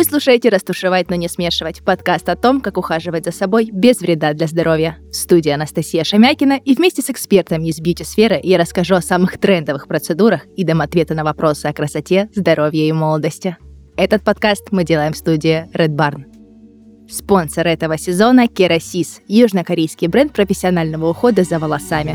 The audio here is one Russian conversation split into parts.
слушаете «Растушевать, но не смешивать» — подкаст о том, как ухаживать за собой без вреда для здоровья. В студии Анастасия Шамякина, и вместе с экспертами из бьюти-сферы я расскажу о самых трендовых процедурах и дам ответы на вопросы о красоте, здоровье и молодости. Этот подкаст мы делаем в студии Red Barn. Спонсор этого сезона — Kerasis, южнокорейский бренд профессионального ухода за волосами.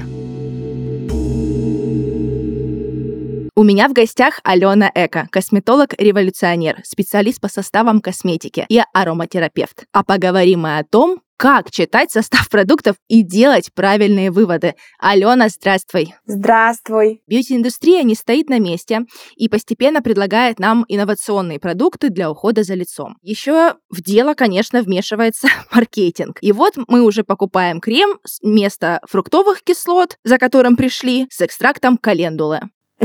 У меня в гостях Алена Эко, косметолог-революционер, специалист по составам косметики и ароматерапевт. А поговорим мы о том, как читать состав продуктов и делать правильные выводы. Алена, здравствуй. Здравствуй. Бьюти-индустрия не стоит на месте и постепенно предлагает нам инновационные продукты для ухода за лицом. Еще в дело, конечно, вмешивается маркетинг. И вот мы уже покупаем крем вместо фруктовых кислот, за которым пришли, с экстрактом календулы.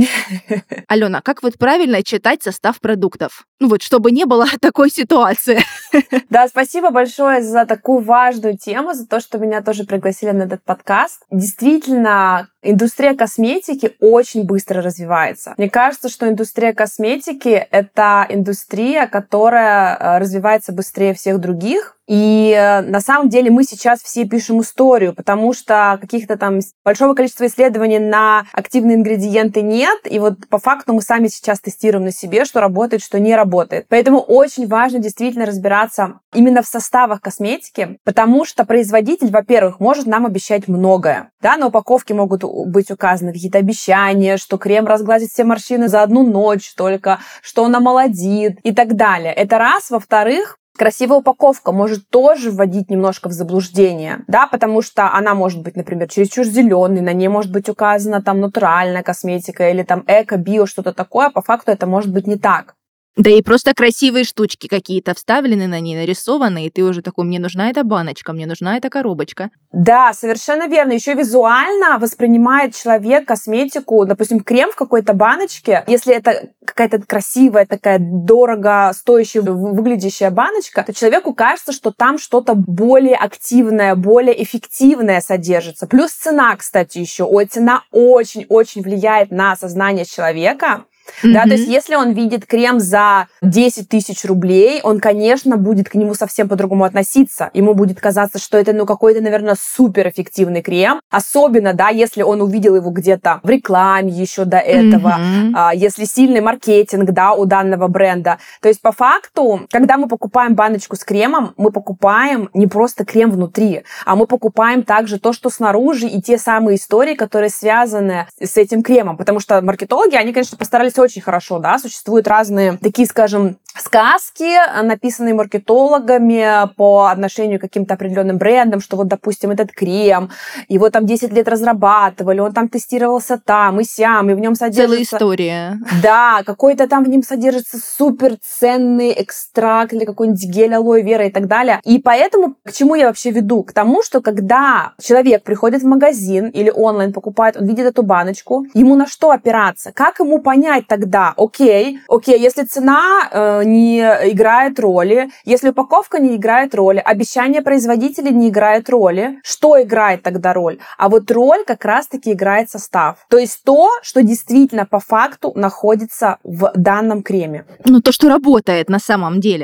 Алена, как вот правильно читать состав продуктов? Чтобы не было такой ситуации. Да, спасибо большое за такую важную тему, за то, что меня тоже пригласили на этот подкаст. Действительно, индустрия косметики очень быстро развивается. Мне кажется, что индустрия косметики — это индустрия, которая развивается быстрее всех других. И на самом деле мы сейчас все пишем историю, потому что каких-то там большого количества исследований на активные ингредиенты нет. И вот по факту мы сами сейчас тестируем на себе, что работает, что не работает. Поэтому очень важно действительно разбираться именно в составах косметики, потому что производитель, во-первых, может нам обещать многое. Да, на упаковке могут быть указаны какие-то обещания, что крем разгладит все морщины за одну ночь только, что он омолодит и так далее. Это раз. Во-вторых, красивая упаковка может тоже вводить немножко в заблуждение, да, потому что она может быть, например, чересчур зеленой, на ней может быть указана там натуральная косметика или там эко, био, что-то такое, а по факту это может быть не так. Да и просто красивые штучки какие-то вставлены на ней, нарисованы, и ты уже такой: мне нужна эта баночка, мне нужна эта коробочка. Да, совершенно верно. Еще визуально воспринимает человек косметику, допустим, крем в какой-то баночке. Если это какая-то красивая, такая дорого стоящая, выглядящая баночка, то человеку кажется, что там что-то более активное, более эффективное содержится. Плюс цена, кстати, еще. Цена очень-очень влияет на сознание человека. Да, то есть если он видит крем за 10 тысяч рублей, он, конечно, будет к нему совсем по-другому относиться. Ему будет казаться, что это, какой-то, наверное, суперэффективный крем. Особенно, да, если он увидел его где-то в рекламе еще до этого, если сильный маркетинг, да, у данного бренда. То есть по факту, когда мы покупаем баночку с кремом, мы покупаем не просто крем внутри, а мы покупаем также то, что снаружи, и те самые истории, которые связаны с этим кремом. Потому что маркетологи, они, конечно, постарались очень хорошо, да, существуют разные такие, скажем, сказки, написанные маркетологами по отношению к каким-то определенным брендам, что вот, допустим, этот крем, его там 10 лет разрабатывали, он там тестировался там и сям, и в нем содержится... Целая история. Да, какой-то там в нем содержится суперценный экстракт или какой-нибудь гель алоэ вера и так далее. И поэтому к чему я вообще веду? К тому, что когда человек приходит в магазин или онлайн покупает, он видит эту баночку, ему на что опираться? Как ему понять тогда, окей, если цена не играет роли, если упаковка не играет роли, обещания производителя не играют роли, что играет тогда роль? А вот роль как раз-таки играет состав. То есть то, что действительно по факту находится в данном креме. То, что работает на самом деле.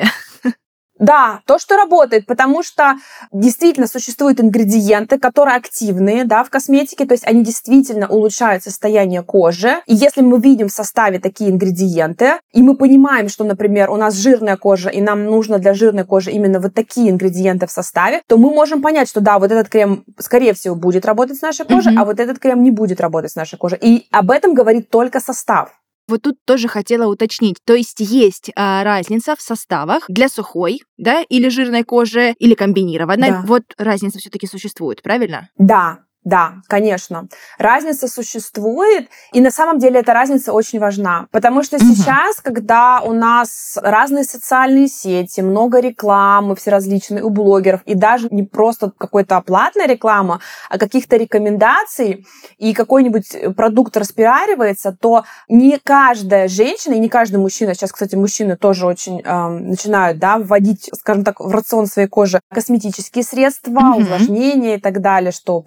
Да, то, что работает, потому что действительно существуют ингредиенты, которые активные, да, в косметике, то есть они действительно улучшают состояние кожи. И если мы видим в составе такие ингредиенты, и мы понимаем, что, например, у нас жирная кожа, и нам нужно для жирной кожи именно вот такие ингредиенты в составе, то мы можем понять, что да, вот этот крем, скорее всего, будет работать с нашей кожей, а вот этот крем не будет работать с нашей кожей. И об этом говорит только состав. Вот тут тоже хотела уточнить. То есть разница в составах для сухой, да, или жирной кожи, или комбинированной. Да. Вот разница все-таки существует, правильно? Да, конечно. Разница существует, и на самом деле эта разница очень важна, потому что сейчас, когда у нас разные социальные сети, много рекламы всеразличной у блогеров, и даже не просто какой-то платная реклама, а каких-то рекомендаций, и какой-нибудь продукт распиаривается, то не каждая женщина и не каждый мужчина, сейчас, кстати, мужчины тоже очень начинают, да, вводить, скажем так, в рацион своей кожи косметические средства, увлажнения и так далее, что прекрасно,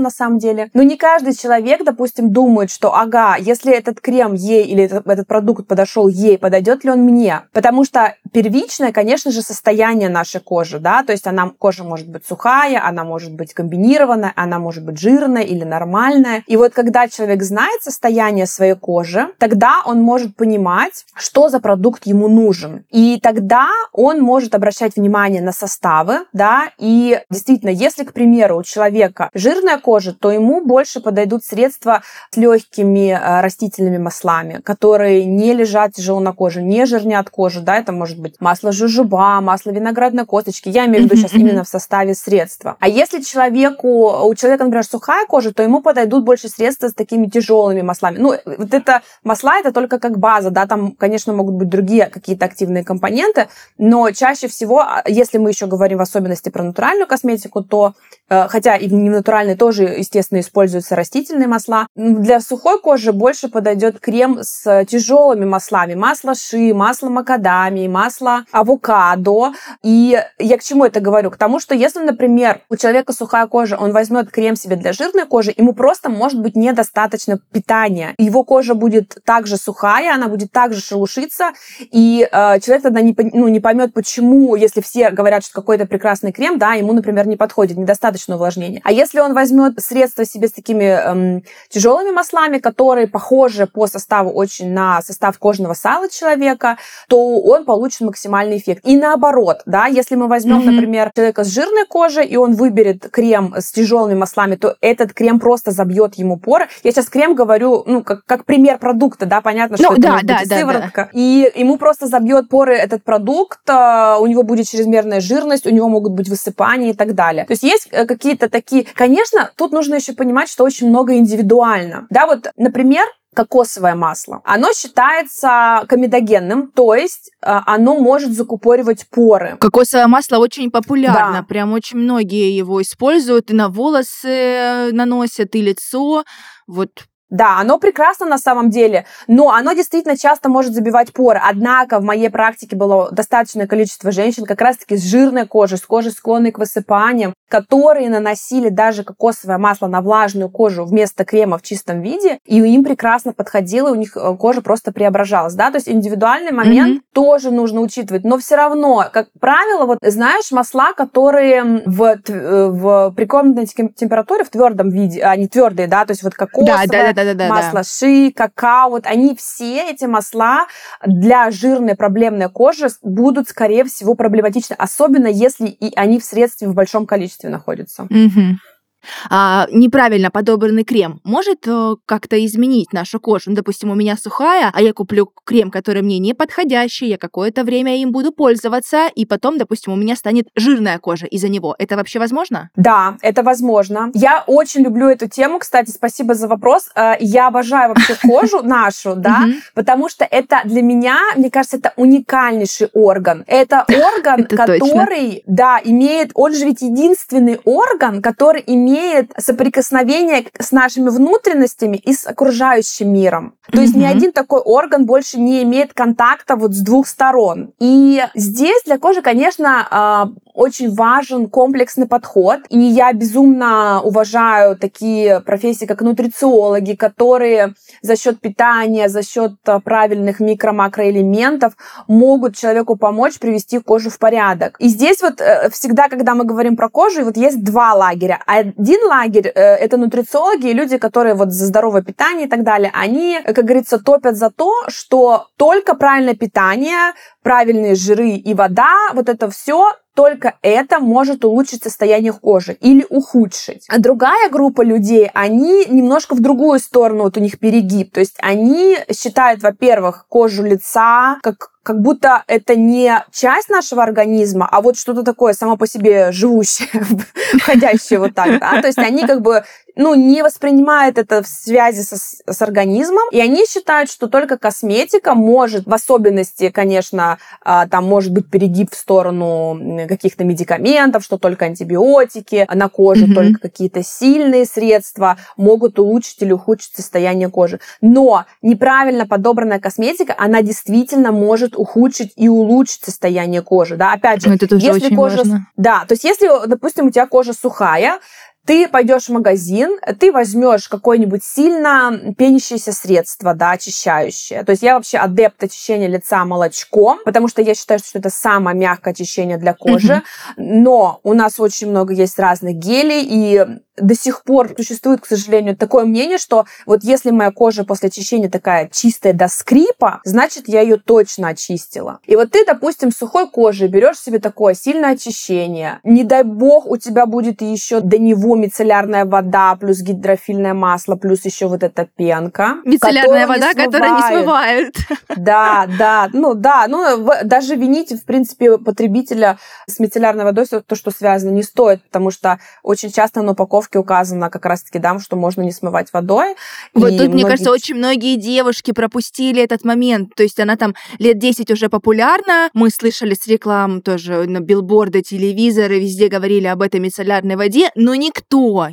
на самом деле. Но не каждый человек, допустим, думает, что, ага, если этот крем ей или этот продукт подошел ей, подойдет ли он мне? Потому что первичное, конечно же, состояние нашей кожи, да, то есть кожа может быть сухая, она может быть комбинированная, она может быть жирная или нормальная. И вот когда человек знает состояние своей кожи, тогда он может понимать, что за продукт ему нужен. И тогда он может обращать внимание на составы, да, и действительно, если, к примеру, у человека жирная кожа, то ему больше подойдут средства с легкими растительными маслами, которые не лежат тяжело на коже, не жирнят кожу, да, это может быть масло жожоба, масло виноградной косточки, я имею в виду сейчас именно в составе средства. А если у человека, например, сухая кожа, то ему подойдут больше средства с такими тяжелыми маслами. Ну, вот это масла, это только как база, да, там, конечно, могут быть другие какие-то активные компоненты, но чаще всего, если мы еще говорим в особенности про натуральную косметику, то, хотя и в ненатуральной тоже, естественно, используются растительные масла, для сухой кожи больше подойдет крем с тяжелыми маслами. Масло ши, масло макадамии, масло авокадо. И я к чему это говорю? К тому, что если, например, у человека сухая кожа, он возьмет крем себе для жирной кожи, ему просто может быть недостаточно питания. Его кожа будет также сухая, она будет также шелушиться, и человек тогда не поймет, почему, если все говорят, что какой-то прекрасный крем, да, ему, например, не подходит, недостаточно увлажнения. А если он возьмет средства себе с такими тяжелыми маслами, которые похожи по составу очень на состав кожного сала человека, то он получит максимальный эффект. И наоборот, да, если мы возьмем, например, человека с жирной кожей, и он выберет крем с тяжелыми маслами, то этот крем просто забьет ему поры. Я сейчас крем говорю, как пример продукта, да, понятно, что это может быть сыворотка. Да. И ему просто забьет поры этот продукт, у него будет чрезмерная жирность, у него могут быть высыпания и так далее. То есть есть какие-то такие... Конечно, тут нужно еще понимать, что очень много индивидуально. Да, вот, например, кокосовое масло. Оно считается комедогенным, то есть оно может закупоривать поры. Кокосовое масло очень популярно. Да. Прям очень многие его используют и на волосы наносят, и лицо. Вот. Да, оно прекрасно на самом деле, но оно действительно часто может забивать поры. Однако в моей практике было достаточное количество женщин как раз-таки с жирной кожей, с кожей, склонной к высыпаниям, которые наносили даже кокосовое масло на влажную кожу вместо крема в чистом виде, и им прекрасно подходило, у них кожа просто преображалась. Да? То есть индивидуальный момент тоже нужно учитывать. Но все равно, как правило, вот знаешь, масла, которые при комнатной температуре в твердом виде, они твердые, да, то есть вот кокосовое, масло ши, какао, вот они все, эти масла для жирной проблемной кожи будут, скорее всего, проблематичны, особенно если и они в средстве в большом количестве находятся. Неправильно подобранный крем может как-то изменить нашу кожу? Ну, допустим, у меня сухая, а я куплю крем, который мне не подходящий, я какое-то время им буду пользоваться, и потом, допустим, у меня станет жирная кожа из-за него. Это вообще возможно? Да, это возможно. Я очень люблю эту тему, кстати, спасибо за вопрос. Я обожаю вообще кожу нашу, да, потому что это для меня, мне кажется, это уникальнейший орган. Это орган, который, да, имеет, он же ведь единственный орган, который имеет соприкосновение с нашими внутренностями и с окружающим миром. То есть ни один такой орган больше не имеет контакта вот с двух сторон. И здесь для кожи, конечно, очень важен комплексный подход. И я безумно уважаю такие профессии, как нутрициологи, которые за счет питания, за счет правильных микро-макроэлементов могут человеку помочь привести кожу в порядок. И здесь вот всегда, когда мы говорим про кожу, вот есть два лагеря. Один лагерь — это нутрициологи и люди, которые вот за здоровое питание и так далее. Они, как говорится, топят за то, что только правильное питание, правильные жиры и вода, вот это все, только это может улучшить состояние кожи или ухудшить. А другая группа людей, они немножко в другую сторону, вот у них перегиб. То есть они считают, во-первых, кожу лица как будто это не часть нашего организма, а вот что-то такое само по себе живущее, входящее вот так, да? То есть они как бы не воспринимают это в связи с организмом, и они считают, что только косметика может, в особенности, конечно, там может быть перегиб в сторону каких-то медикаментов, что только антибиотики, на коже только какие-то сильные средства могут улучшить или ухудшить состояние кожи. Но неправильно подобранная косметика, она действительно может ухудшить и улучшить состояние кожи. Да? Опять же, это тоже если очень кожа... важно. Да, то есть если, допустим, у тебя кожа сухая, Ты пойдешь в магазин, ты возьмешь какое-нибудь сильно пенящееся средство, да, очищающее. То есть я вообще адепт очищения лица молочком, потому что я считаю, что это самое мягкое очищение для кожи. Но у нас очень много есть разных гелей, и до сих пор существует, к сожалению, такое мнение, что вот если моя кожа после очищения такая чистая до скрипа, значит, я ее точно очистила. И вот ты, допустим, с сухой кожей берешь себе такое сильное очищение. Не дай бог, у тебя будет еще до него мицеллярная вода, плюс гидрофильное масло, плюс еще вот эта пенка. Мицеллярная вода, которая не смывает. Да. Даже винить, в принципе, потребителя с мицеллярной водой, то, что связано, не стоит, потому что очень часто на упаковке указано как раз-таки, да, что можно не смывать водой. Вот тут, мне кажется, очень многие девушки пропустили этот момент. То есть она там лет 10 уже популярна. Мы слышали с реклам тоже на билборды, телевизоры, везде говорили об этой мицеллярной воде, но никто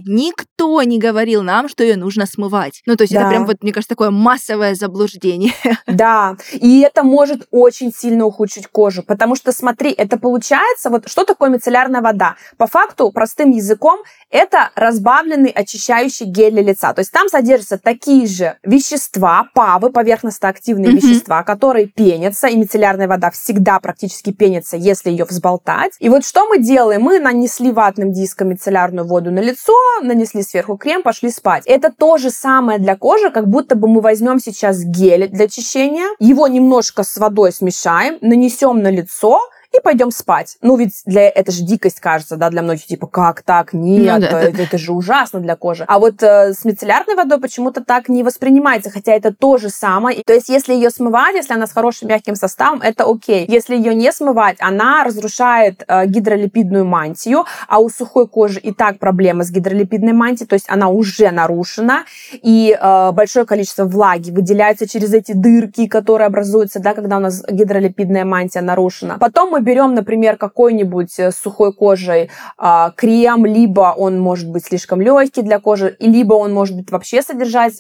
не говорил нам, что ее нужно смывать. Ну, то есть это прям, вот, мне кажется, такое массовое заблуждение. Да, и это может очень сильно ухудшить кожу, потому что, смотри, это получается, вот что такое мицеллярная вода? По факту, простым языком, это разбавленный очищающий гель для лица. То есть там содержатся такие же вещества, ПАВы, поверхностно-активные вещества, которые пенятся, и мицеллярная вода всегда практически пенится, если ее взболтать. И вот что мы делаем? Мы нанесли ватным диском мицеллярную воду на лицо, нанесли сверху крем, пошли спать. Это то же самое для кожи, как будто бы мы возьмем сейчас гель для очищения, его немножко с водой смешаем, нанесем на лицо, и пойдем спать. Ну, ведь это же дикость, кажется, да, для многих, типа, как так? Нет, это же ужасно для кожи. А вот с мицеллярной водой почему-то так не воспринимается, хотя это то же самое. То есть, если ее смывать, если она с хорошим мягким составом, это окей. Если ее не смывать, она разрушает гидролипидную мантию, а у сухой кожи и так проблема с гидролипидной мантией, то есть она уже нарушена, и большое количество влаги выделяется через эти дырки, которые образуются, да, когда у нас гидролипидная мантия нарушена. Потом мы берем, например, какой-нибудь с сухой кожей крем, либо он может быть слишком легкий для кожи, либо он может быть вообще содержать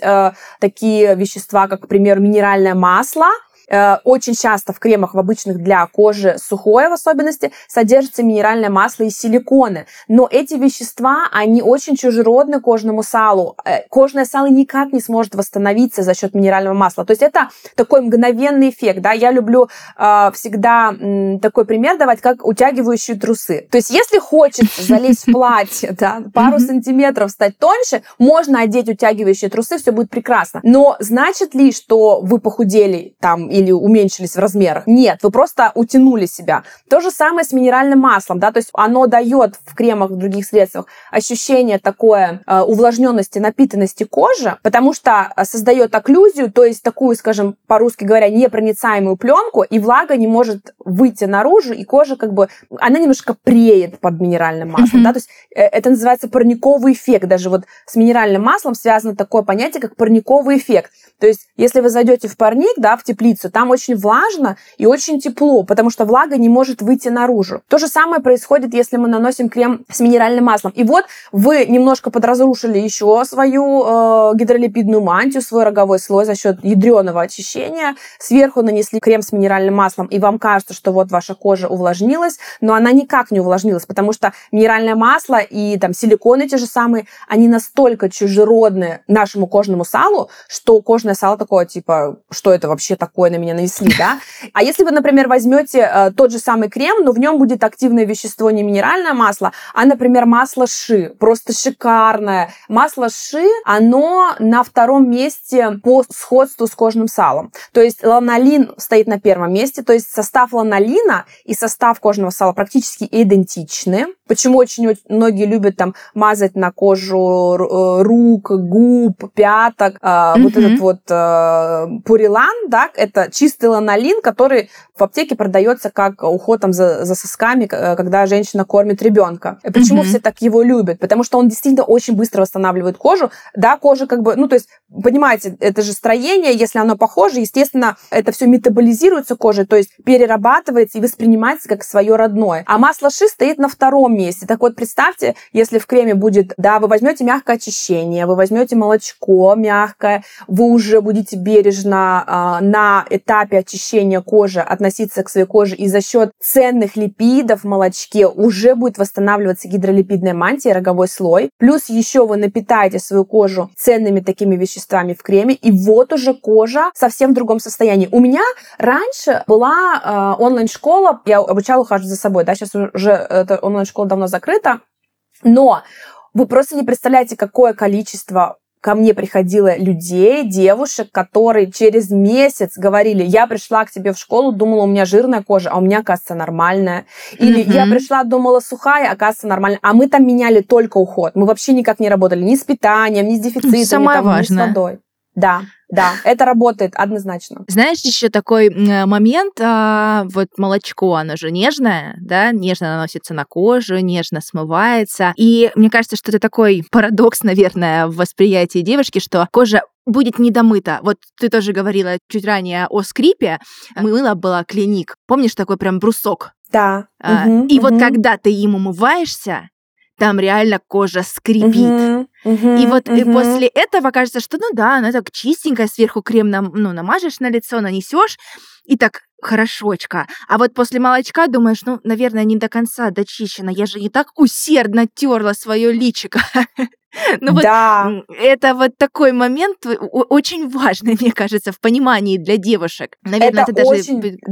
такие вещества, как, к примеру, минеральное масло. Очень часто в кремах, в обычных для кожи сухой в особенности, содержится минеральное масло и силиконы. Но эти вещества, они очень чужеродны кожному салу. Кожное сало никак не сможет восстановиться за счет минерального масла. То есть это такой мгновенный эффект. Да? Я люблю всегда такой пример давать, как утягивающие трусы. То есть если хочется залезть в платье, да, пару сантиметров стать тоньше, можно одеть утягивающие трусы, все будет прекрасно. Но значит ли, что вы похудели там или уменьшились в размерах? Нет, вы просто утянули себя. То же самое с минеральным маслом, да, то есть оно дает в кремах, в других средствах ощущение такое увлажненности, напитанности кожи, потому что создает окклюзию, то есть такую, скажем, по-русски говоря, непроницаемую пленку, и влага не может выйти наружу, и кожа как бы, она немножко преет под минеральным маслом, да, то есть это называется парниковый эффект. Даже вот с минеральным маслом связано такое понятие, как парниковый эффект. То есть если вы зайдете в парник, да, в теплицу, там очень влажно и очень тепло, потому что влага не может выйти наружу. То же самое происходит, если мы наносим крем с минеральным маслом. И вот вы немножко подразрушили еще свою гидролипидную мантию, свой роговой слой за счет ядреного очищения, сверху нанесли крем с минеральным маслом, и вам кажется, что вот ваша кожа увлажнилась, но она никак не увлажнилась, потому что минеральное масло и там силиконы те же самые, они настолько чужеродны нашему кожному салу, что кожное сало такое, типа, что это вообще такое на меня нанесли, да? А если вы, например, возьмете тот же самый крем, но в нем будет активное вещество не минеральное масло, а, например, масло ши, просто шикарное. Масло ши, оно на втором месте по сходству с кожным салом. То есть ланолин стоит на первом месте, то есть состав ланолина и состав кожного сала практически идентичны. Почему очень многие любят там мазать на кожу рук, губ, пяток, вот этот вот пурилан, да, это чистый ланолин, который в аптеке продается как уход там за сосками, когда женщина кормит ребенка. Почему все так его любят? Потому что он действительно очень быстро восстанавливает кожу. Да, кожа как бы, ну, то есть, понимаете, это же строение, если оно похоже, естественно, это все метаболизируется кожей, то есть перерабатывается и воспринимается как свое родное. А масло ши стоит на втором месте. Так вот, представьте, если в креме будет, да, вы возьмете мягкое очищение, вы возьмете молочко мягкое, вы уже будете бережно на этапе очищения кожи относиться к своей коже, и за счет ценных липидов в молочке уже будет восстанавливаться гидролипидная мантия, роговой слой. Плюс еще вы напитаете свою кожу ценными такими веществами в креме, и вот уже кожа совсем в другом состоянии. У меня раньше была онлайн-школа, я обучала ухаживать за собой, да, сейчас уже эта онлайн-школа давно закрыта, но вы просто не представляете, какое количество ко мне приходило людей, девушек, которые через месяц говорили: я пришла к тебе в школу, думала, у меня жирная кожа, а у меня, оказывается, нормальная. Или я пришла, думала, сухая, оказывается, нормальная. А мы там меняли только уход. Мы вообще никак не работали ни с питанием, ни с дефицитом, ни с водой. Да, это работает однозначно. Знаешь, еще такой момент, вот молочко, оно же нежное, да, нежно наносится на кожу, нежно смывается. И мне кажется, что это такой парадокс, наверное, в восприятии девушки, что кожа будет недомыта. Вот ты тоже говорила чуть ранее о скрипе. Мыло было Клиник. Помнишь, такой прям брусок? Да. И вот когда ты им умываешься, там реально кожа скрипит. И вот после этого кажется, что она так чистенькая, сверху крем намажешь на лицо, нанесешь, и так хорошочка. А вот после молочка думаешь, наверное, не до конца дочищена. Я же не так усердно терла свое личико. Это вот такой момент очень важный, мне кажется, в понимании для девушек. Наверное, это даже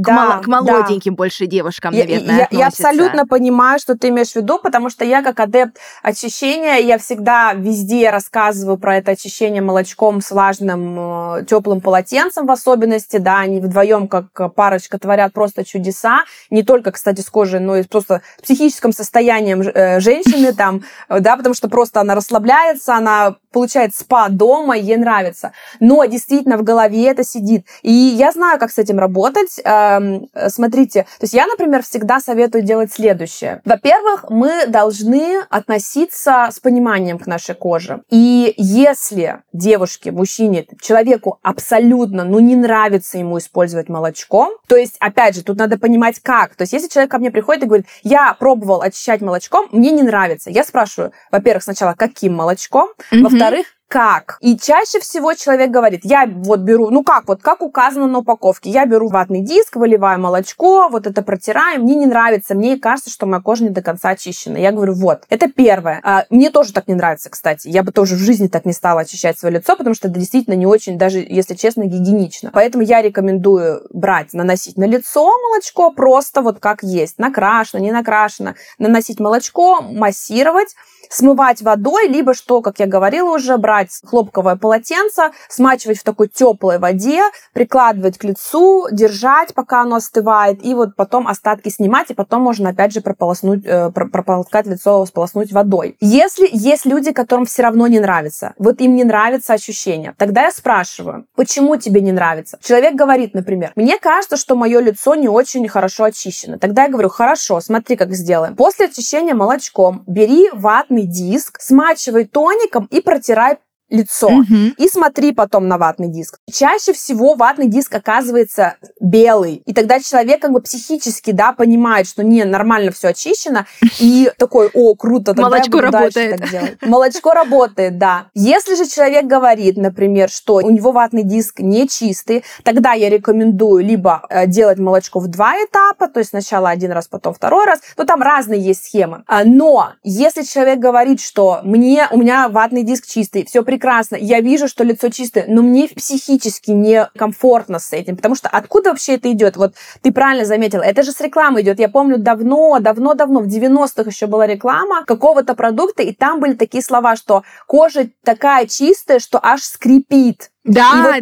к молоденьким больше девушкам, наверное, относится. Я абсолютно понимаю, что ты имеешь в виду, потому что я, как адепт очищения, я всегда везде рассказываю про это очищение молочком с влажным теплым полотенцем в особенности, да, они вдвоем как парочка творят просто чудеса, не только, кстати, с кожей, но и просто с психическим состоянием женщины там, да, потому что просто она расслабляется, она получает спа дома, ей нравится. Но действительно в голове это сидит. И я знаю, как с этим работать. Смотрите, то есть я, например, всегда советую делать следующее. Во-первых, мы должны относиться с пониманием к нашей коже. И если девушке, мужчине, человеку абсолютно, не нравится ему использовать молочко, то есть, опять же, тут надо понимать, как. То есть если человек ко мне приходит и говорит: я пробовал очищать молочком, мне не нравится. Я спрашиваю, во-первых, сначала, каким молочком, во-вторых, как. И чаще всего человек говорит: я вот беру, как указано на упаковке, я беру ватный диск, выливаю молочко, вот это протираю, мне не нравится, мне кажется, что моя кожа не до конца очищена. Я говорю: вот, это первое. Мне тоже так не нравится, кстати. Я бы тоже в жизни так не стала очищать свое лицо, потому что это действительно не очень, даже, если честно, гигиенично. Поэтому я рекомендую наносить на лицо молочко просто вот как есть, накрашено, не накрашено, наносить молочко, массировать, смывать водой, либо, что, как я говорила уже, брать хлопковое полотенце, смачивать в такой теплой воде, прикладывать к лицу, держать, пока оно остывает, и вот потом остатки снимать, и потом можно опять же прополоскать лицо, сполоснуть водой. Если есть люди, которым все равно не нравится, вот им не нравится ощущение, тогда я спрашиваю: почему тебе не нравится? Человек говорит, например: мне кажется, что мое лицо не очень хорошо очищено. Тогда я говорю: хорошо, смотри, как сделаем. После очищения молочком бери ватный диск, смачивай тоником и протирай лицо. И смотри потом на ватный диск. Чаще всего ватный диск оказывается белый. И тогда человек психически, понимает, что нормально все очищено. И такой: о, круто, тогда молочко я буду работает. дальше так делать. Молочко работает, да. Если же человек говорит, например, что у него ватный диск не чистый, тогда я рекомендую либо делать молочко в 2 этапа, то есть сначала 1 раз, потом 2 раз. Там разные есть схемы. Но если человек говорит, что у меня ватный диск чистый, все прекрасно, я вижу, что лицо чистое, но мне психически некомфортно с этим, потому что откуда вообще это идет? Вот ты правильно заметила, это же с рекламы идет. Я помню, давно, в 90-х еще была реклама какого-то продукта, и там были такие слова, что кожа такая чистая, что аж скрипит. Да.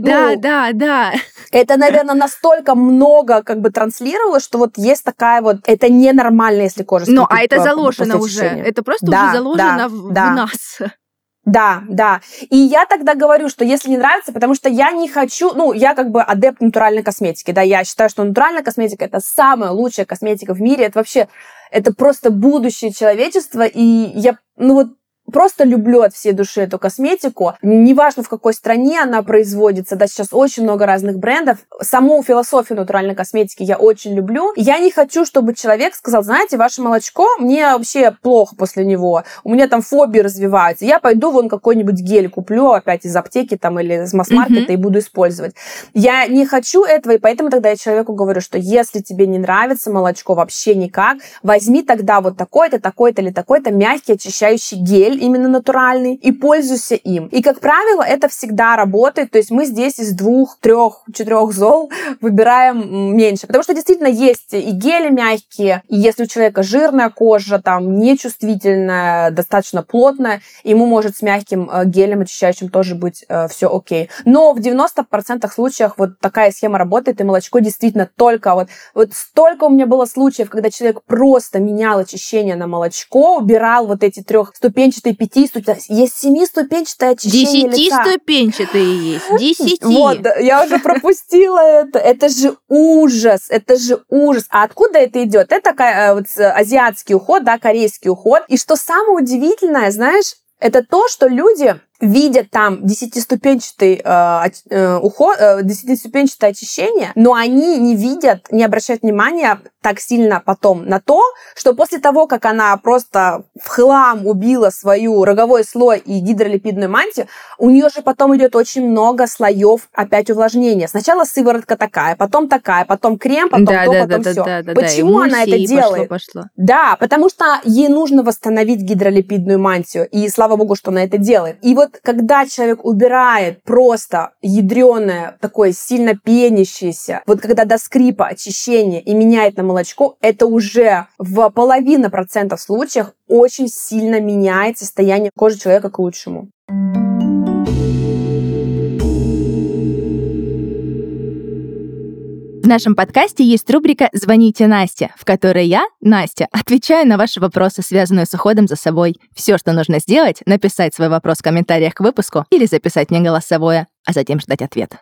Это, наверное, настолько много транслировалось, что вот есть такая вот... Это ненормально, если кожа скрипит. А это заложено уже. Это просто уже заложено в нас. Да. И я тогда говорю, что если не нравится, потому что я не хочу... я адепт натуральной косметики, да, я считаю, что натуральная косметика — это самая лучшая косметика в мире, это вообще... Это просто будущее человечества, и я... просто люблю от всей души эту косметику. Неважно, в какой стране она производится. Да, сейчас очень много разных брендов. Саму философию натуральной косметики я очень люблю. Я не хочу, чтобы человек сказал, знаете, ваше молочко, мне вообще плохо после него. У меня там фобии развиваются. Я пойду вон какой-нибудь гель куплю опять из аптеки там или из масс-маркета и буду использовать. Я не хочу этого, и поэтому тогда я человеку говорю, что если тебе не нравится молочко вообще никак, возьми тогда вот такой-то, такой-то или такой-то мягкий очищающий гель, именно натуральный, и пользуйся им. И, как правило, это всегда работает. То есть мы здесь из 2, 3, 4 зол выбираем меньше. Потому что действительно есть и гели мягкие, и если у человека жирная кожа, там, нечувствительная, достаточно плотная, ему может с мягким гелем очищающим тоже быть все окей. Но в 90% случаях вот такая схема работает, и молочко действительно только вот столько у меня было случаев, когда человек просто менял очищение на молочко, убирал вот эти 3-ступенчатые, 5-ступенчатые, есть 7-ступенчатое очищение лица. 10-ступенчатые есть, 10. Вот, я уже пропустила это. Это же ужас, это же ужас. А откуда это идет? Это вот азиатский уход, да, корейский уход. И что самое удивительное, знаешь, это то, что люди видят там 10-ступенчатый уход, 10-ступенчатое очищение, но они не видят, не обращают внимания так сильно потом на то, что после того, как она просто в хлам убила свою роговой слой и гидролипидную мантию, у нее же потом идет очень много слоев опять увлажнения. Сначала сыворотка такая, потом крем, потом потом все. Почему она это делает? Пошло. Да, потому что ей нужно восстановить гидролипидную мантию, и слава богу, что она это делает. И вот когда человек убирает просто ядреное, такое сильно пенящееся, вот когда до скрипа очищение и меняет на молочко, это уже в 0,5% случаев очень сильно меняет состояние кожи человека к лучшему. В нашем подкасте есть рубрика «Звоните Насте», в которой я, Настя, отвечаю на ваши вопросы, связанные с уходом за собой. Все, что нужно сделать, написать свой вопрос в комментариях к выпуску или записать мне голосовое, а затем ждать ответ.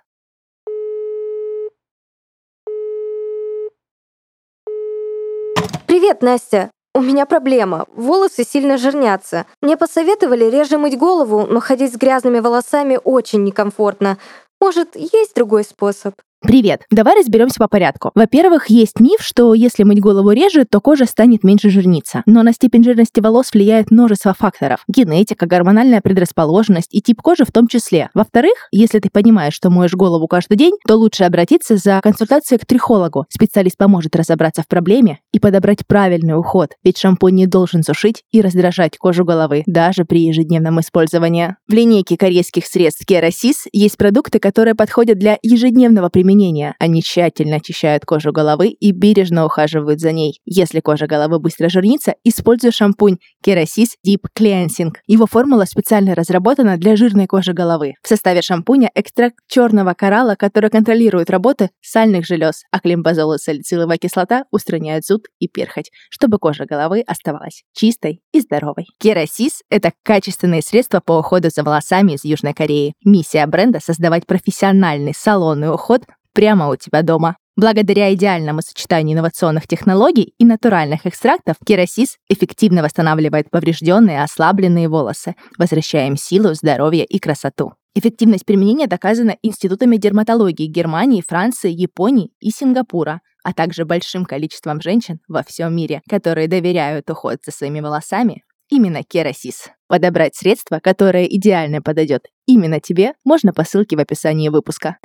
Привет, Настя. У меня проблема. Волосы сильно жирнятся. Мне посоветовали реже мыть голову, но ходить с грязными волосами очень некомфортно. Может, есть другой способ? Привет! Давай разберемся по порядку. Во-первых, есть миф, что если мыть голову реже, то кожа станет меньше жирниться. Но на степень жирности волос влияет множество факторов. Генетика, гормональная предрасположенность и тип кожи в том числе. Во-вторых, если ты понимаешь, что моешь голову каждый день, то лучше обратиться за консультацией к трихологу. Специалист поможет разобраться в проблеме и подобрать правильный уход. Ведь шампунь не должен сушить и раздражать кожу головы, даже при ежедневном использовании. В линейке корейских средств Kerasys есть продукты, которые подходят для ежедневного применения. Они тщательно очищают кожу головы и бережно ухаживают за ней. Если кожа головы быстро жирнится, используй шампунь Kerasys Deep Cleansing. Его формула специально разработана для жирной кожи головы. В составе шампуня экстракт черного коралла, который контролирует работу сальных желез, а климбазол и салициловая кислота устраняют зуд и перхоть, чтобы кожа головы оставалась чистой и здоровой. Kerasys – это качественные средства по уходу за волосами из Южной Кореи. Миссия бренда – создавать профессиональный салонный уход прямо у тебя дома. Благодаря идеальному сочетанию инновационных технологий и натуральных экстрактов, Kerasys эффективно восстанавливает поврежденные и ослабленные волосы, возвращая им силу, здоровье и красоту. Эффективность применения доказана институтами дерматологии Германии, Франции, Японии и Сингапура, а также большим количеством женщин во всем мире, которые доверяют уход за своими волосами именно Kerasys. Подобрать средство, которое идеально подойдет именно тебе, можно по ссылке в описании выпуска.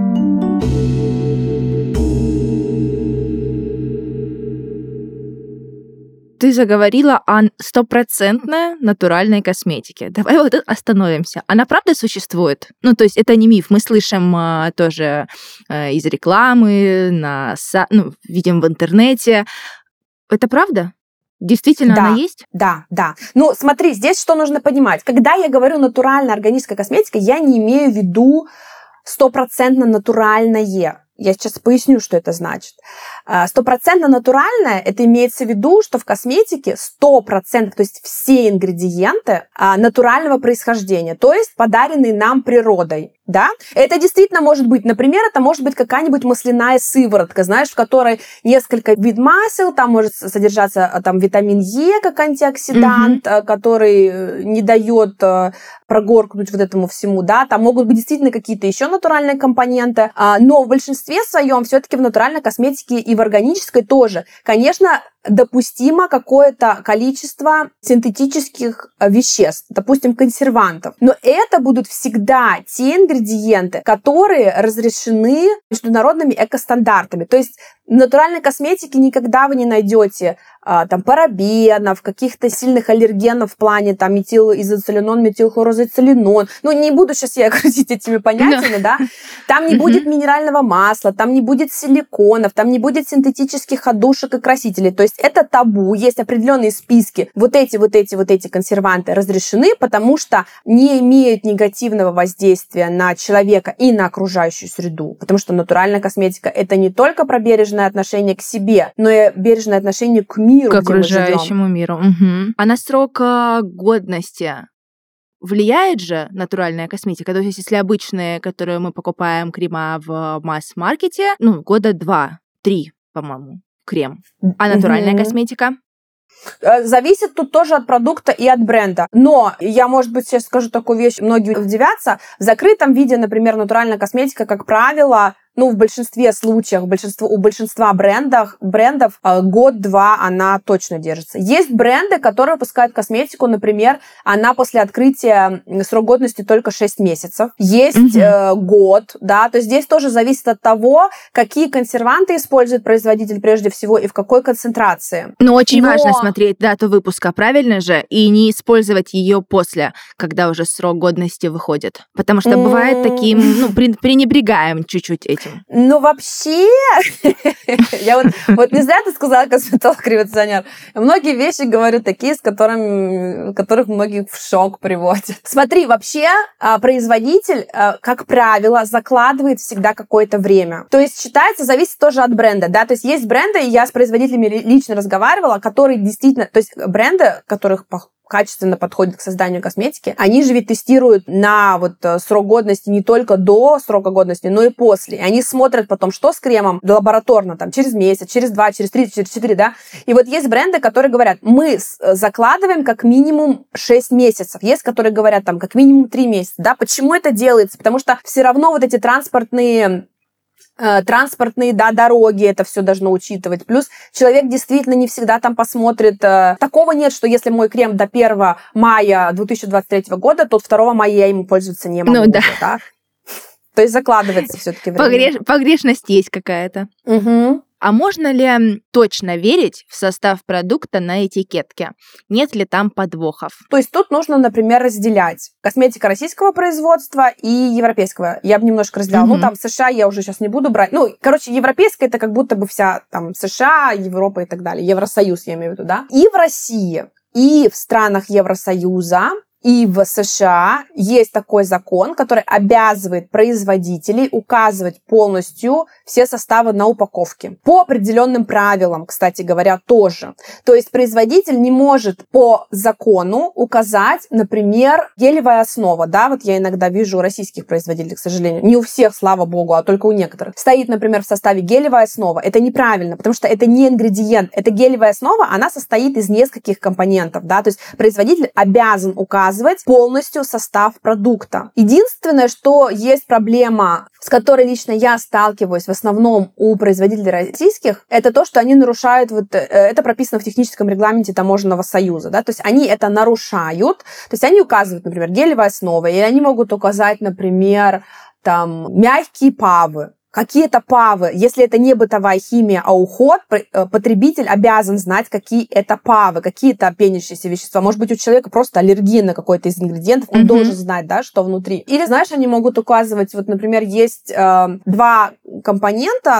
Ты заговорила о 100% натуральной косметике. Давай вот тут остановимся. Она правда существует? Ну, то есть это не миф. Мы слышим тоже из рекламы, видим в интернете. Это правда? Действительно, да, она есть? Да. Ну, смотри, здесь что нужно понимать. Когда я говорю натуральная органическая косметика, я не имею в виду 100% натуральное. Я сейчас поясню, что это значит. 100% натуральное, это имеется в виду, что в косметике 100%, то есть все ингредиенты натурального происхождения, то есть подаренные нам природой. Да, это действительно может быть, например, это может быть какая-нибудь масляная сыворотка, знаешь, в которой несколько вид масел, там может содержаться там витамин Е как антиоксидант, который не дает прогоркнуть вот этому всему, да, там могут быть действительно какие-то еще натуральные компоненты, но в большинстве своем все-таки в натуральной косметике и в органической тоже, конечно, допустимо какое-то количество синтетических веществ, допустим, консервантов. Но это будут всегда те ингредиенты, которые разрешены международными экостандартами. То есть в натуральной косметике никогда вы не найдете там парабенов, каких-то сильных аллергенов в плане там метилизоцилинон, метилхлорозоцилинон. Ну, не буду сейчас я крутить этими понятиями, да. Там не будет минерального масла, там не будет силиконов, там не будет синтетических отдушек и красителей. То есть это табу, есть определенные списки. Вот эти консерванты разрешены, потому что не имеют негативного воздействия на человека и на окружающую среду. Потому что натуральная косметика — это не только про бережное отношение к себе, но и бережное отношение к миру, к окружающему миру. А на срок годности влияет же натуральная косметика? То есть если обычные, которые мы покупаем крема в масс-маркете, года 2-3, по-моему, крем. А натуральная косметика? Зависит тут тоже от продукта и от бренда. Но я, может быть, сейчас скажу такую вещь, многие удивятся. В закрытом виде, например, натуральная косметика, как правило, в большинстве случаев, у большинства брендов год-два она точно держится. Есть бренды, которые выпускают косметику, например, она после открытия срок годности только 6 месяцев. Есть год, да, то есть здесь тоже зависит от того, какие консерванты использует производитель прежде всего и в какой концентрации. Но очень важно смотреть дату выпуска, правильно же? И не использовать ее после, когда уже срок годности выходит. Потому что бывает таким, пренебрегаем чуть-чуть этим. Ну, вообще, я вот не зря ты сказала косметолог-революционер. Многие вещи говорю такие, которых многих в шок приводят. Смотри, вообще производитель, как правило, закладывает всегда какое-то время. То есть считается, зависит тоже от бренда, да, то есть есть бренды, и я с производителями лично разговаривала, которые действительно, то есть бренды, которых качественно подходят к созданию косметики, они же ведь тестируют на срок годности не только до срока годности, но и после. И они смотрят потом, что с кремом лабораторно, там, через месяц, через 2, через 3, через 4, да. И вот есть бренды, которые говорят, мы закладываем как минимум 6 месяцев. Есть, которые говорят, там, как минимум 3 месяца, да. Почему это делается? Потому что все равно вот эти транспортные, дороги, это все должно учитывать. Плюс человек действительно не всегда там посмотрит. Такого нет, что если мой крем до 1 мая 2023 года, то 2 мая я ему пользоваться не могу. Да. То есть закладывается все-таки время. Погрешность есть какая-то. А можно ли точно верить в состав продукта на этикетке? Нет ли там подвохов? То есть тут нужно, например, разделять косметика российского производства и европейского. Я бы немножко разделяла. Там США я уже сейчас не буду брать. Европейская — это как будто бы вся там США, Европа и так далее. Евросоюз, я имею в виду, да? И в России, и в странах Евросоюза, и в США есть такой закон, который обязывает производителей указывать полностью все составы на упаковке. По определенным правилам, кстати говоря, тоже. То есть производитель не может по закону указать, например, гелевая основа. Да, вот я иногда вижу у российских производителей, к сожалению, не у всех, слава богу, а только у некоторых. Стоит, например, в составе гелевая основа. Это неправильно, потому что это не ингредиент. Это гелевая основа, она состоит из нескольких компонентов. Да? То есть производитель обязан указывать полностью состав продукта. Единственное, что есть проблема, с которой лично я сталкиваюсь в основном у производителей российских, это то, что они нарушают, это прописано в техническом регламенте Таможенного союза, да, то есть они это нарушают, то есть они указывают, например, гелевая основа, или они могут указать, например, там, мягкие павы. Какие-то павы, если это не бытовая химия, а уход, потребитель обязан знать, какие это павы, какие-то пенящиеся вещества. Может быть, у человека просто аллергия на какой-то из ингредиентов, он должен знать, да, что внутри. Или, знаешь, они могут указывать, например, есть 2 компонента,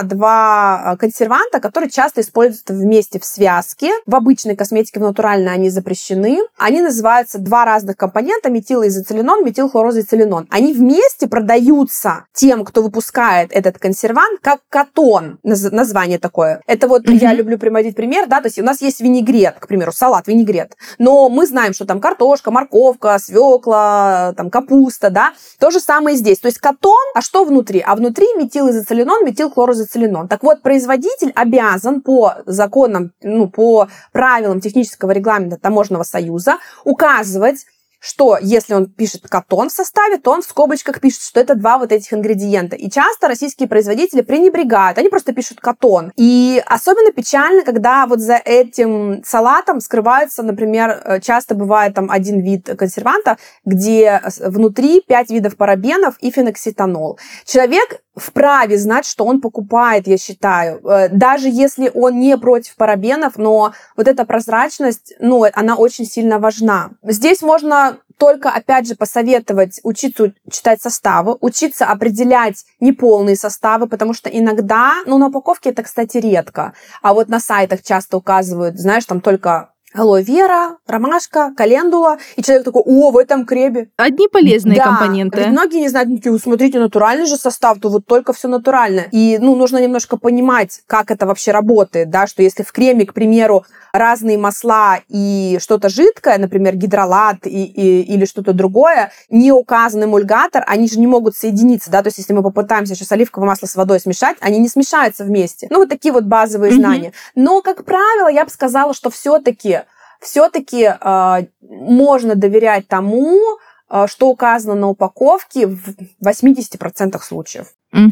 2 консерванта, которые часто используются вместе в связке. В обычной косметике, в натуральной они запрещены. Они называются 2 разных компонента, метилизоцилинон, метилхлорозоцилинон. Они вместе продаются тем, кто выпускает этот консервант, как катон, название такое. Это вот я люблю приводить пример, да, то есть у нас есть винегрет, к примеру, салат, винегрет, но мы знаем, что там картошка, морковка, свекла, там капуста, да, то же самое здесь. То есть катон, а что внутри? А внутри метилизоцилинон, метилхлорозоцилинон. Так вот, производитель обязан по законам, по правилам технического регламента Таможенного союза указывать, что если он пишет катон в составе, то он в скобочках пишет, что это два вот этих ингредиента. И часто российские производители пренебрегают, они просто пишут катон. И особенно печально, когда вот за этим салатом скрывается, например, часто бывает там один вид консерванта, где внутри 5 видов парабенов и феноксетанол. Человек вправе знать, что он покупает, я считаю. Даже если он не против парабенов, но вот эта прозрачность, она очень сильно важна. Здесь можно только, опять же, посоветовать учиться читать составы, учиться определять неполные составы, потому что иногда, на упаковке это, кстати, редко, а вот на сайтах часто указывают, знаешь, там только алоэ вера, ромашка, календула, и человек такой: о, в этом кребе. Одни полезные компоненты. Ведь многие не знают, смотрите, натуральный же состав, то вот только все натуральное. И, нужно немножко понимать, как это вообще работает, да, что если в креме, к примеру, разные масла и что-то жидкое, например, гидролат или что-то другое, не указан эмульгатор, они же не могут соединиться, да, то есть если мы попытаемся сейчас оливковое масло с водой смешать, они не смешаются вместе. Вот такие вот базовые знания. Но, как правило, я бы сказала, что все-таки можно доверять тому, что указано на упаковке в 80% случаев.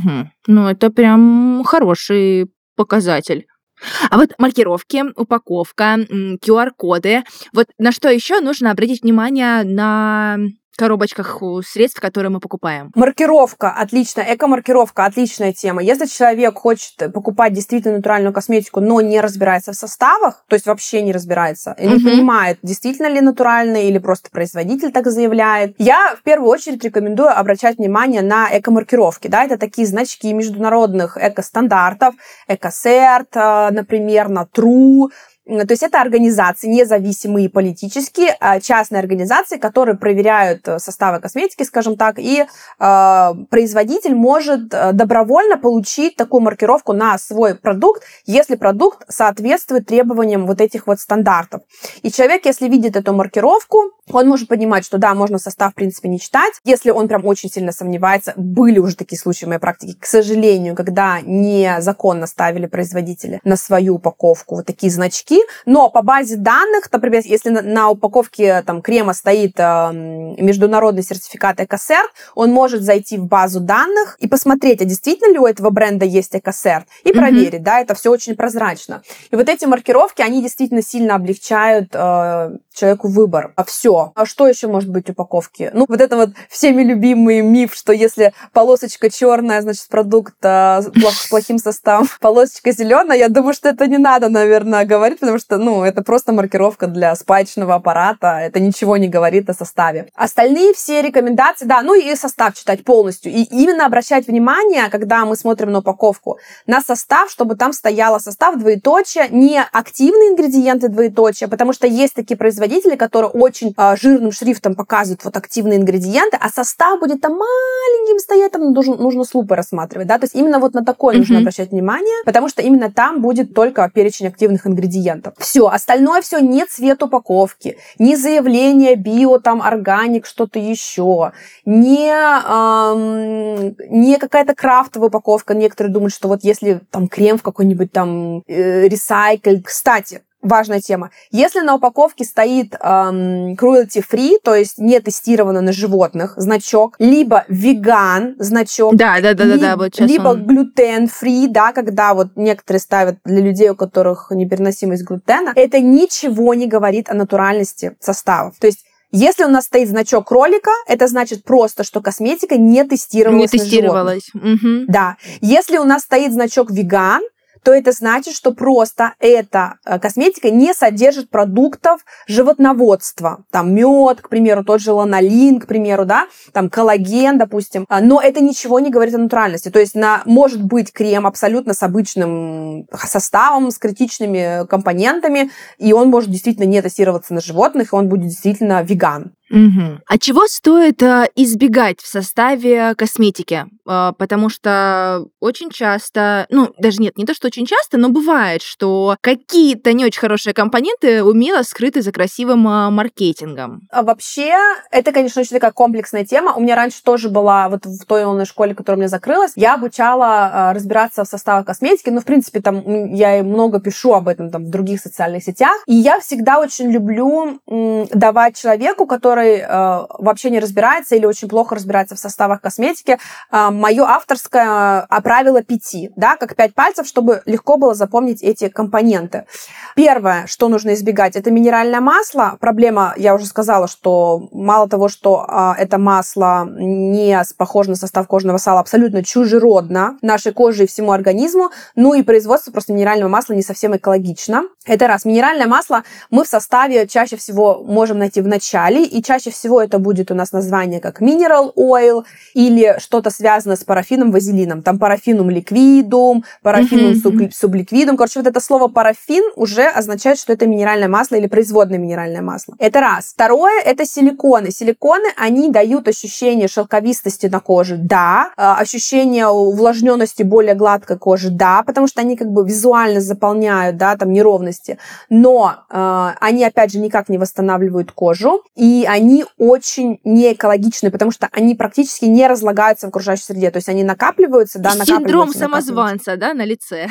Это прям хороший показатель. А вот маркировки, упаковка, QR-коды. Вот на что еще нужно обратить внимание на коробочках средств, которые мы покупаем? Маркировка отличная, эко-маркировка отличная тема. Если человек хочет покупать действительно натуральную косметику, но не разбирается в составах, то есть вообще не разбирается, и не понимает, действительно ли натуральный или просто производитель так заявляет, я в первую очередь рекомендую обращать внимание на эко-маркировки. Да? Это такие значки международных эко-стандартов, Экосерт, например, Натру. То есть это организации независимые политические, частные организации, которые проверяют составы косметики, скажем так, и производитель может добровольно получить такую маркировку на свой продукт, если продукт соответствует требованиям вот этих вот стандартов. И человек, если видит эту маркировку, он может понимать, что да, можно состав, в принципе, не читать. Если он прям очень сильно сомневается, были уже такие случаи в моей практике, к сожалению, когда незаконно ставили производители на свою упаковку вот такие значки, но по базе данных, например, если на упаковке там крема стоит международный сертификат Экосерт, он может зайти в базу данных и посмотреть, а действительно ли у этого бренда есть Экосерт, и проверить, да, это все очень прозрачно. И вот эти маркировки, они действительно сильно облегчают человеку выбор. Все. А что еще может быть в упаковке? Вот это вот всеми любимый миф, что если полосочка черная, значит, продукт с плохим составом, полосочка зеленая, я думаю, что это не надо, наверное, говорить, потому что, это просто маркировка для спаечного аппарата, это ничего не говорит о составе. Остальные все рекомендации, да, и состав читать полностью. И именно обращать внимание, когда мы смотрим на упаковку, на состав, чтобы там стояло состав, двоеточие, не активные ингредиенты, двоеточие, потому что есть такие производители, которые очень жирным шрифтом показывают вот активные ингредиенты, а состав будет там маленьким стоять, там нужно с лупой рассматривать, да, то есть именно вот на такое нужно обращать внимание, потому что именно там будет только перечень активных ингредиентов. Все, остальное все не цвет упаковки, не заявление био, там, органик, что-то еще, не какая-то крафтовая упаковка. Некоторые думают, что вот если там крем в какой-нибудь там recycle. Кстати, важная тема. Если на упаковке стоит cruelty-free, то есть не тестировано на животных значок, либо веган значок, да, вот сейчас либо gluten-free, да, когда вот некоторые ставят для людей, у которых непереносимость глютена, это ничего не говорит о натуральности составов. То есть если у нас стоит значок кролика, это значит просто, что косметика не тестировалась на животных. Да. Если у нас стоит значок веган, то это значит, что просто эта косметика не содержит продуктов животноводства. Там мед, к примеру, тот же ланолин, к примеру, да, там коллаген, допустим. Но это ничего не говорит о натуральности. То есть может быть крем абсолютно с обычным составом, с критичными компонентами, и он может действительно не тестироваться на животных, и он будет действительно веган. Мгм. А чего стоит избегать в составе косметики? Потому что очень часто, даже нет, не то, что очень часто, но бывает, что какие-то не очень хорошие компоненты умело скрыты за красивым маркетингом. А вообще, это, конечно, очень такая комплексная тема. У меня раньше тоже была, вот в той онлайн-школе, которая у меня закрылась, я обучала разбираться в составах косметики. В принципе, там я и много пишу об этом там в других социальных сетях. И я всегда очень люблю давать человеку, который вообще не разбирается или очень плохо разбирается в составах косметики, мое авторское правило 5, да, как 5 пальцев, чтобы легко было запомнить эти компоненты. Первое, что нужно избегать, это минеральное масло. Проблема, я уже сказала, что мало того, что это масло не похоже на состав кожного сала, абсолютно чужеродно нашей коже и всему организму, и производство просто минерального масла не совсем экологично. Это раз. Минеральное масло мы в составе чаще всего можем найти в начале, и чаще всего это будет у нас название как mineral oil или что-то связано с парафином, вазелином. Там парафинум ликвидум, парафинум субликвидум. Короче, вот это слово парафин уже означает, что это минеральное масло или производное минеральное масло. Это раз. Второе, это силиконы. Силиконы, они дают ощущение шелковистости на коже, да. Ощущение увлажненности более гладкой кожи, да, потому что они как бы визуально заполняют, да, там неровности. Но они, опять же, никак не восстанавливают кожу, и они очень неэкологичны, потому что они практически не разлагаются в окружающей среде. То есть они накапливаются, да, Синдром самозванца, да, на лице.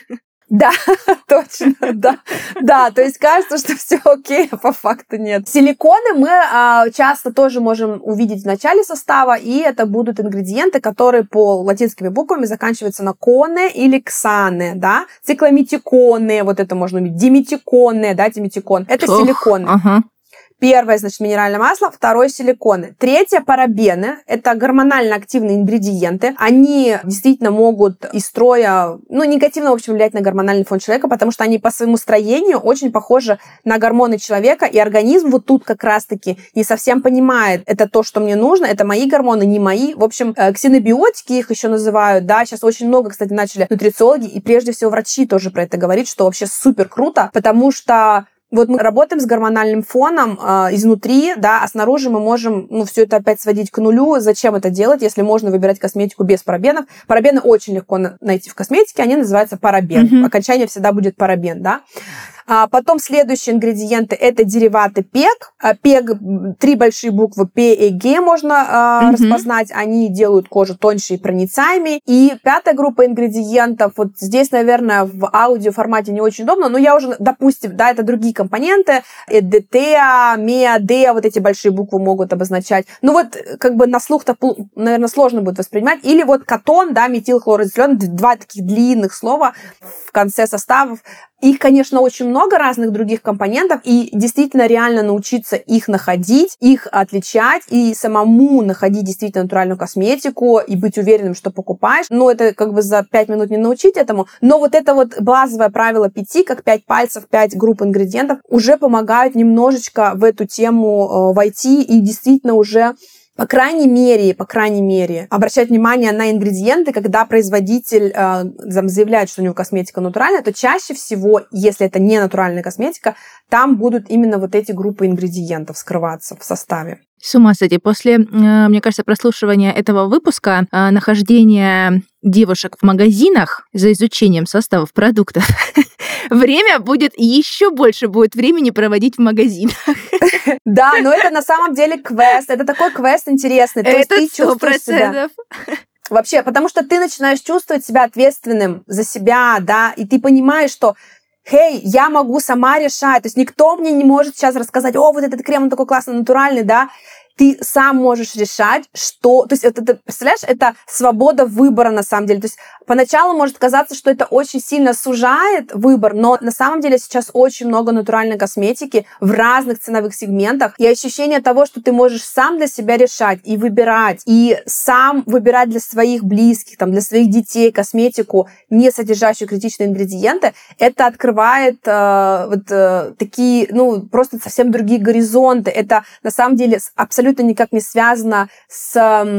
Да, точно, да. Да, то есть кажется, что все окей, а по факту нет. Силиконы мы часто тоже можем увидеть в начале состава, и это будут ингредиенты, которые по латинскими буквами заканчиваются на коне или ксане, да. Циклометиконы, вот это можно увидеть, диметиконы, да, диметикон. Это силиконы. Ага. Первое, значит, минеральное масло, второе — силиконы. Третье — парабены. Это гормонально активные ингредиенты. Они действительно могут из строя, негативно, в общем, влиять на гормональный фон человека, потому что они по своему строению очень похожи на гормоны человека, и организм вот тут как раз-таки не совсем понимает, это то, что мне нужно, это мои гормоны, не мои. В общем, ксенобиотики их еще называют, да, сейчас очень много, кстати, начали нутрициологи, и прежде всего врачи тоже про это говорят, что вообще супер круто, потому что вот мы работаем с гормональным фоном изнутри, да, а снаружи мы можем, все это опять сводить к нулю. Зачем это делать, если можно выбирать косметику без парабенов? Парабены очень легко найти в косметике, они называются парабен. Окончание всегда будет парабен, да. Потом следующие ингредиенты — это дериваты ПЕГ. ПЕГ, 3 большие буквы П и Г можно распознать. Они делают кожу тоньше и проницаемее. И 5-я группа ингредиентов, вот здесь, наверное, в аудиоформате не очень удобно, но я уже, допустим, да, это другие компоненты. ДТ, МЕА, Д, вот эти большие буквы могут обозначать. Как бы на слух-то, наверное, сложно будет воспринимать. Или вот кетон, да, метилхлорозетилен, 2 таких длинных слова в конце составов. Их, конечно, очень много разных других компонентов, и действительно реально научиться их находить, их отличать и самому находить действительно натуральную косметику и быть уверенным, что покупаешь. Это как бы за 5 минут не научить этому, но вот это вот базовое правило 5, как 5 пальцев, 5 групп ингредиентов, уже помогают немножечко в эту тему войти и действительно уже по крайней мере, обращать внимание на ингредиенты, когда производитель заявляет, что у него косметика натуральная, то чаще всего, если это не натуральная косметика, там будут именно вот эти группы ингредиентов скрываться в составе. С ума сойти. После, мне кажется, прослушивания этого выпуска, нахождения девушек в магазинах за изучением составов продуктов, время будет еще больше будет времени проводить в магазинах. Да, но это на самом деле квест. Это такой квест интересный. То есть ты чувствуешь себя... Вообще, потому что ты начинаешь чувствовать себя ответственным за себя, да, и ты понимаешь, что я могу сама решать. То есть никто мне не может сейчас рассказать, вот этот крем, он такой классный, натуральный, да. Ты сам можешь решать, что... То есть, это, представляешь, это свобода выбора на самом деле. То есть, поначалу может казаться, что это очень сильно сужает выбор, но на самом деле сейчас очень много натуральной косметики в разных ценовых сегментах. И ощущение того, что ты можешь сам для себя решать и выбирать, и сам выбирать для своих близких, там, для своих детей косметику, не содержащую критичные ингредиенты, это открывает такие, просто совсем другие горизонты. Это на самом деле абсолютно никак не связано с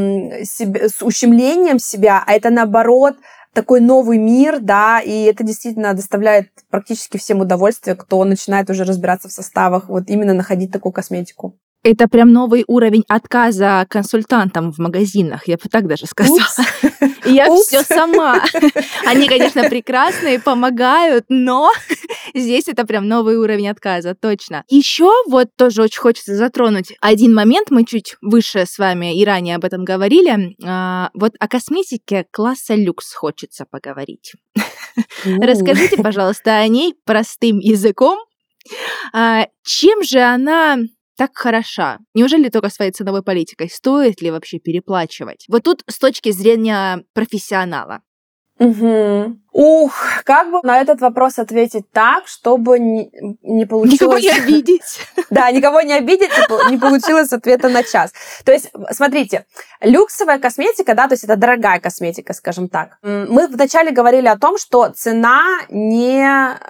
ущемлением себя, а это наоборот такой новый мир, да, и это действительно доставляет практически всем удовольствие, кто начинает уже разбираться в составах, вот именно находить такую косметику. Это прям новый уровень отказа консультантам в магазинах, я бы так даже сказала. Я все сама. Они, конечно, прекрасные, помогают, но здесь это прям новый уровень отказа, точно. Еще вот тоже очень хочется затронуть один момент, мы чуть выше с вами и ранее об этом говорили. Вот о косметике класса люкс хочется поговорить. Расскажите, пожалуйста, о ней простым языком. Чем же она так хороша? Неужели только своей ценовой политикой? Стоит ли вообще переплачивать? Вот тут с точки зрения профессионала. Ух, как бы на этот вопрос ответить так, чтобы не получилось... Никого не обидеть. Да, никого не обидеть, не получилось ответа на час. То есть, смотрите, люксовая косметика, да, то есть это дорогая косметика, скажем так. Мы вначале говорили о том, что цена не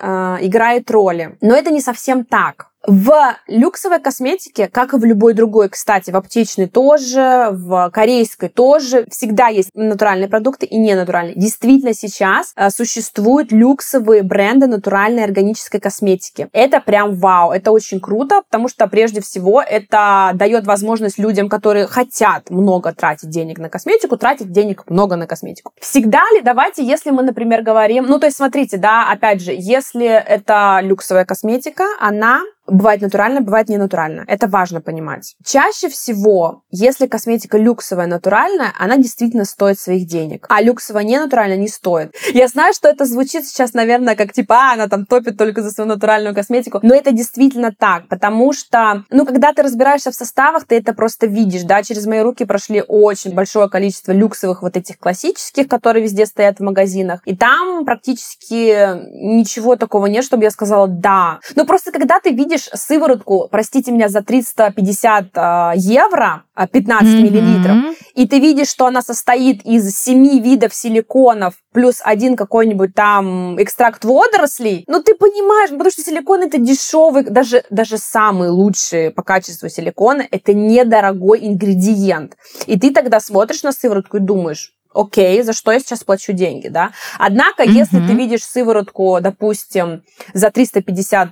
играет роли, но это не совсем так. В люксовой косметике, как и в любой другой, кстати, в аптечной тоже, в корейской тоже, всегда есть натуральные продукты и ненатуральные. Действительно, сейчас существуют люксовые бренды натуральной органической косметики. Это прям вау, это очень круто, потому что, прежде всего, это дает возможность людям, которые хотят много тратить денег на косметику, тратить денег много на косметику. Всегда ли, давайте, если мы, например, говорим, ну, то есть, смотрите, да, опять же, если это люксовая косметика, она бывает натурально, бывает ненатурально. Это важно понимать. Чаще всего, если косметика люксовая, натуральная, она действительно стоит своих денег. А люксовая ненатуральная не стоит. Я знаю, что это звучит сейчас, наверное, как типа, она там топит только за свою натуральную косметику. Но это действительно так, потому что, ну, когда ты разбираешься в составах, ты это просто видишь, да. Через мои руки прошли очень большое количество люксовых вот этих классических, которые везде стоят в магазинах. И там практически ничего такого нет, чтобы я сказала «да». Но просто когда ты видишь сыворотку, простите меня, за 350 евро, 15 миллилитров, и ты видишь, что она состоит из 7 видов силиконов плюс один какой-нибудь там экстракт водорослей, ну ты понимаешь, потому что силикон это дешевый, даже самые лучшие по качеству силикона, это недорогой ингредиент. И ты тогда смотришь на сыворотку и думаешь, окей, за что я сейчас плачу деньги, да? Однако, если ты видишь сыворотку, допустим, за 350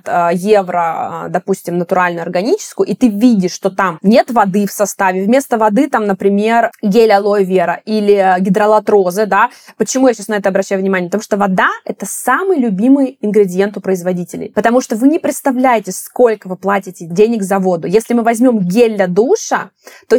евро, допустим, натуральную органическую, и ты видишь, что там нет воды в составе, вместо воды там, например, гель алоэ вера или гидролат розы, да? Почему я сейчас на это обращаю внимание? Потому что вода – это самый любимый ингредиент у производителей, потому что вы не представляете, сколько вы платите денег за воду. Если мы возьмем гель для душа, то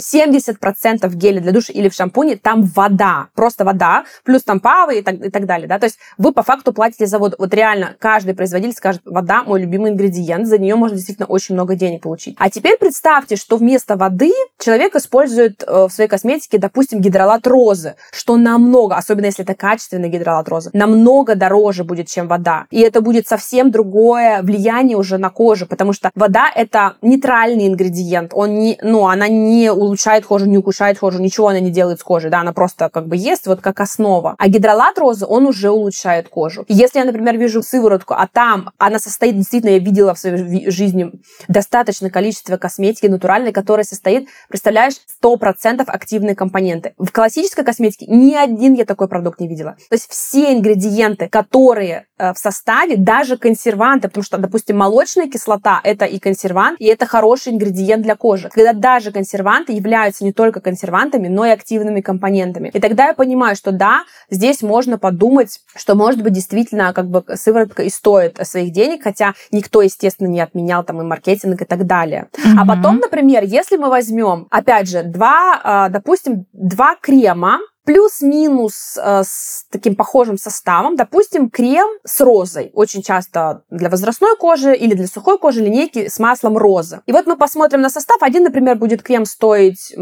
70% геля для душа или в шампуне там вода. Просто вода, плюс там павы и так далее, да, то есть вы по факту платите за воду. Вот реально каждый производитель скажет, вода мой любимый ингредиент, за нее можно действительно очень много денег получить. А теперь представьте, что вместо воды человек использует в своей косметике, допустим, гидролат розы, что намного, особенно если это качественный гидролат розы, намного дороже будет, чем вода. И это будет совсем другое влияние уже на кожу, потому что вода это нейтральный ингредиент, она не улучшает кожу, не ухудшает кожу, ничего она не делает с кожей, да, она просто как бы есть вот как основа. А гидролат розы, он уже улучшает кожу. И если я, например, вижу сыворотку, а там она состоит, действительно, я видела в своей жизни достаточное количество косметики натуральной, которая состоит, представляешь, 100% активные компоненты. В классической косметике ни один я такой продукт не видела. То есть все ингредиенты, которые в составе, даже консерванты, потому что, допустим, молочная кислота – это и консервант, и это хороший ингредиент для кожи. Когда даже консерванты являются не только консервантами, но и активными компонентами. И тогда я понимаю, что да, здесь можно подумать, что, может быть, действительно как бы сыворотка и стоит своих денег, хотя никто, естественно, не отменял там и маркетинг и так далее. А потом, например, если мы возьмем, опять же, допустим, два крема, плюс-минус с таким похожим составом, допустим, крем с розой. Очень часто для возрастной кожи или для сухой кожи линейки с маслом розы. И вот мы посмотрим на состав. Один, например, будет крем стоить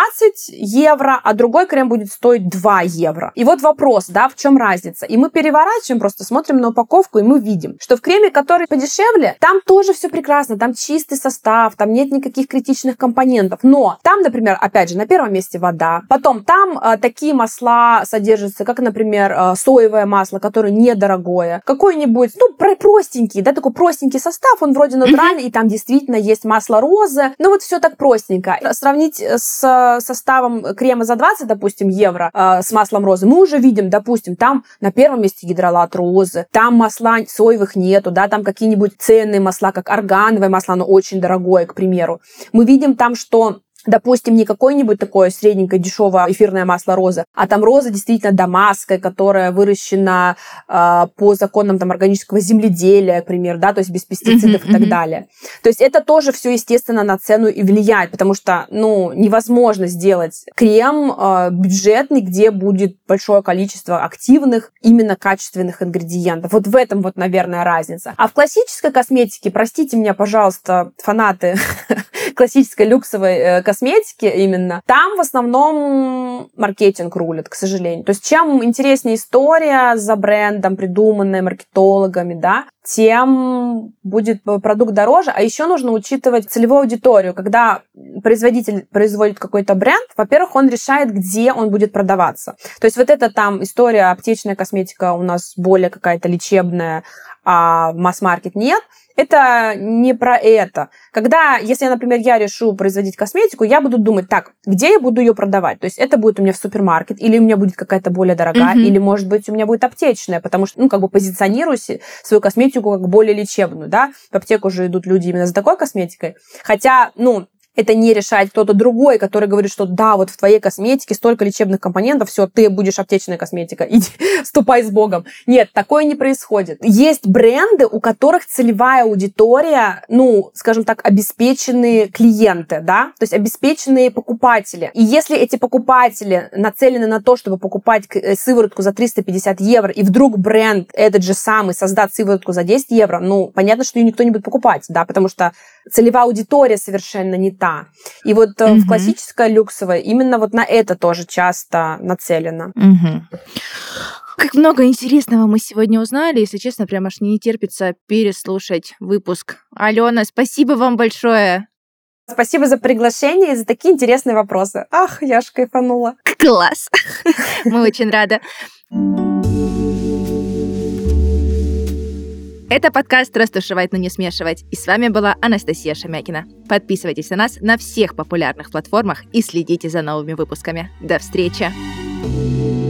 20 евро, а другой крем будет стоить 2 евро. И вот вопрос, да, в чем разница? И мы переворачиваем, просто смотрим на упаковку, и мы видим, что в креме, который подешевле, там тоже все прекрасно, там чистый состав, там нет никаких критичных компонентов. Но там, например, опять же, на первом месте вода. Потом там такие такие масла содержатся, как, например, соевое масло, которое недорогое, какой-нибудь, простенький, да, такой простенький состав, он вроде натуральный, и там действительно есть масло розы, вот все так простенько. Сравнить с составом крема за 20, допустим, евро с маслом розы, мы уже видим, допустим, там на первом месте гидролат розы, там масла соевых нету, да, там какие-нибудь ценные масла, как органовое масло, оно очень дорогое, к примеру. Мы видим там, что, допустим, не какое-нибудь такое средненькое дешевое эфирное масло розы, а там роза действительно дамасская, которая выращена по законам там органического земледелия, к примеру, да, то есть без пестицидов и так далее. То есть это тоже все, естественно, на цену и влияет, потому что, невозможно сделать крем бюджетный, где будет большое количество активных, именно качественных ингредиентов. Вот в этом, наверное, разница. А в классической косметике, простите меня, пожалуйста, фанаты классической люксовой косметики именно, там в основном маркетинг рулит, к сожалению. То есть чем интереснее история за брендом, придуманная маркетологами, да, тем будет продукт дороже. А еще нужно учитывать целевую аудиторию. Когда производитель производит какой-то бренд, во-первых, он решает, где он будет продаваться. То есть это там история, аптечная косметика у нас более какая-то лечебная, а масс-маркет нет. Это не про это. Если, например, я решу производить косметику, я буду думать, так, где я буду ее продавать? То есть это будет у меня в супермаркет, или у меня будет какая-то более дорогая, или, может быть, у меня будет аптечная, потому что, позиционирую свою косметику как более лечебную, да? В аптеку же идут люди именно за такой косметикой. Хотя, это не решает кто-то другой, который говорит, что да, в твоей косметике столько лечебных компонентов, все, ты будешь аптечная косметика, иди, ступай с Богом. Нет, такое не происходит. Есть бренды, у которых целевая аудитория, скажем так, обеспеченные клиенты, да, то есть обеспеченные покупатели. И если эти покупатели нацелены на то, чтобы покупать сыворотку за 350 евро, и вдруг бренд этот же самый создаст сыворотку за 10 евро, понятно, что ее никто не будет покупать, да, потому что целевая аудитория совершенно не та. И в классической люксовой именно на это тоже часто нацелено. Как много интересного мы сегодня узнали. Если честно, прям аж не терпится переслушать выпуск. Алена, спасибо вам большое. Спасибо за приглашение и за такие интересные вопросы. Ах, я аж кайфанула. Класс! Мы очень рады. Это подкаст «Растушевать, но не смешивать». И с вами была Анастасия Шемякина. Подписывайтесь на нас на всех популярных платформах и следите за новыми выпусками. До встречи!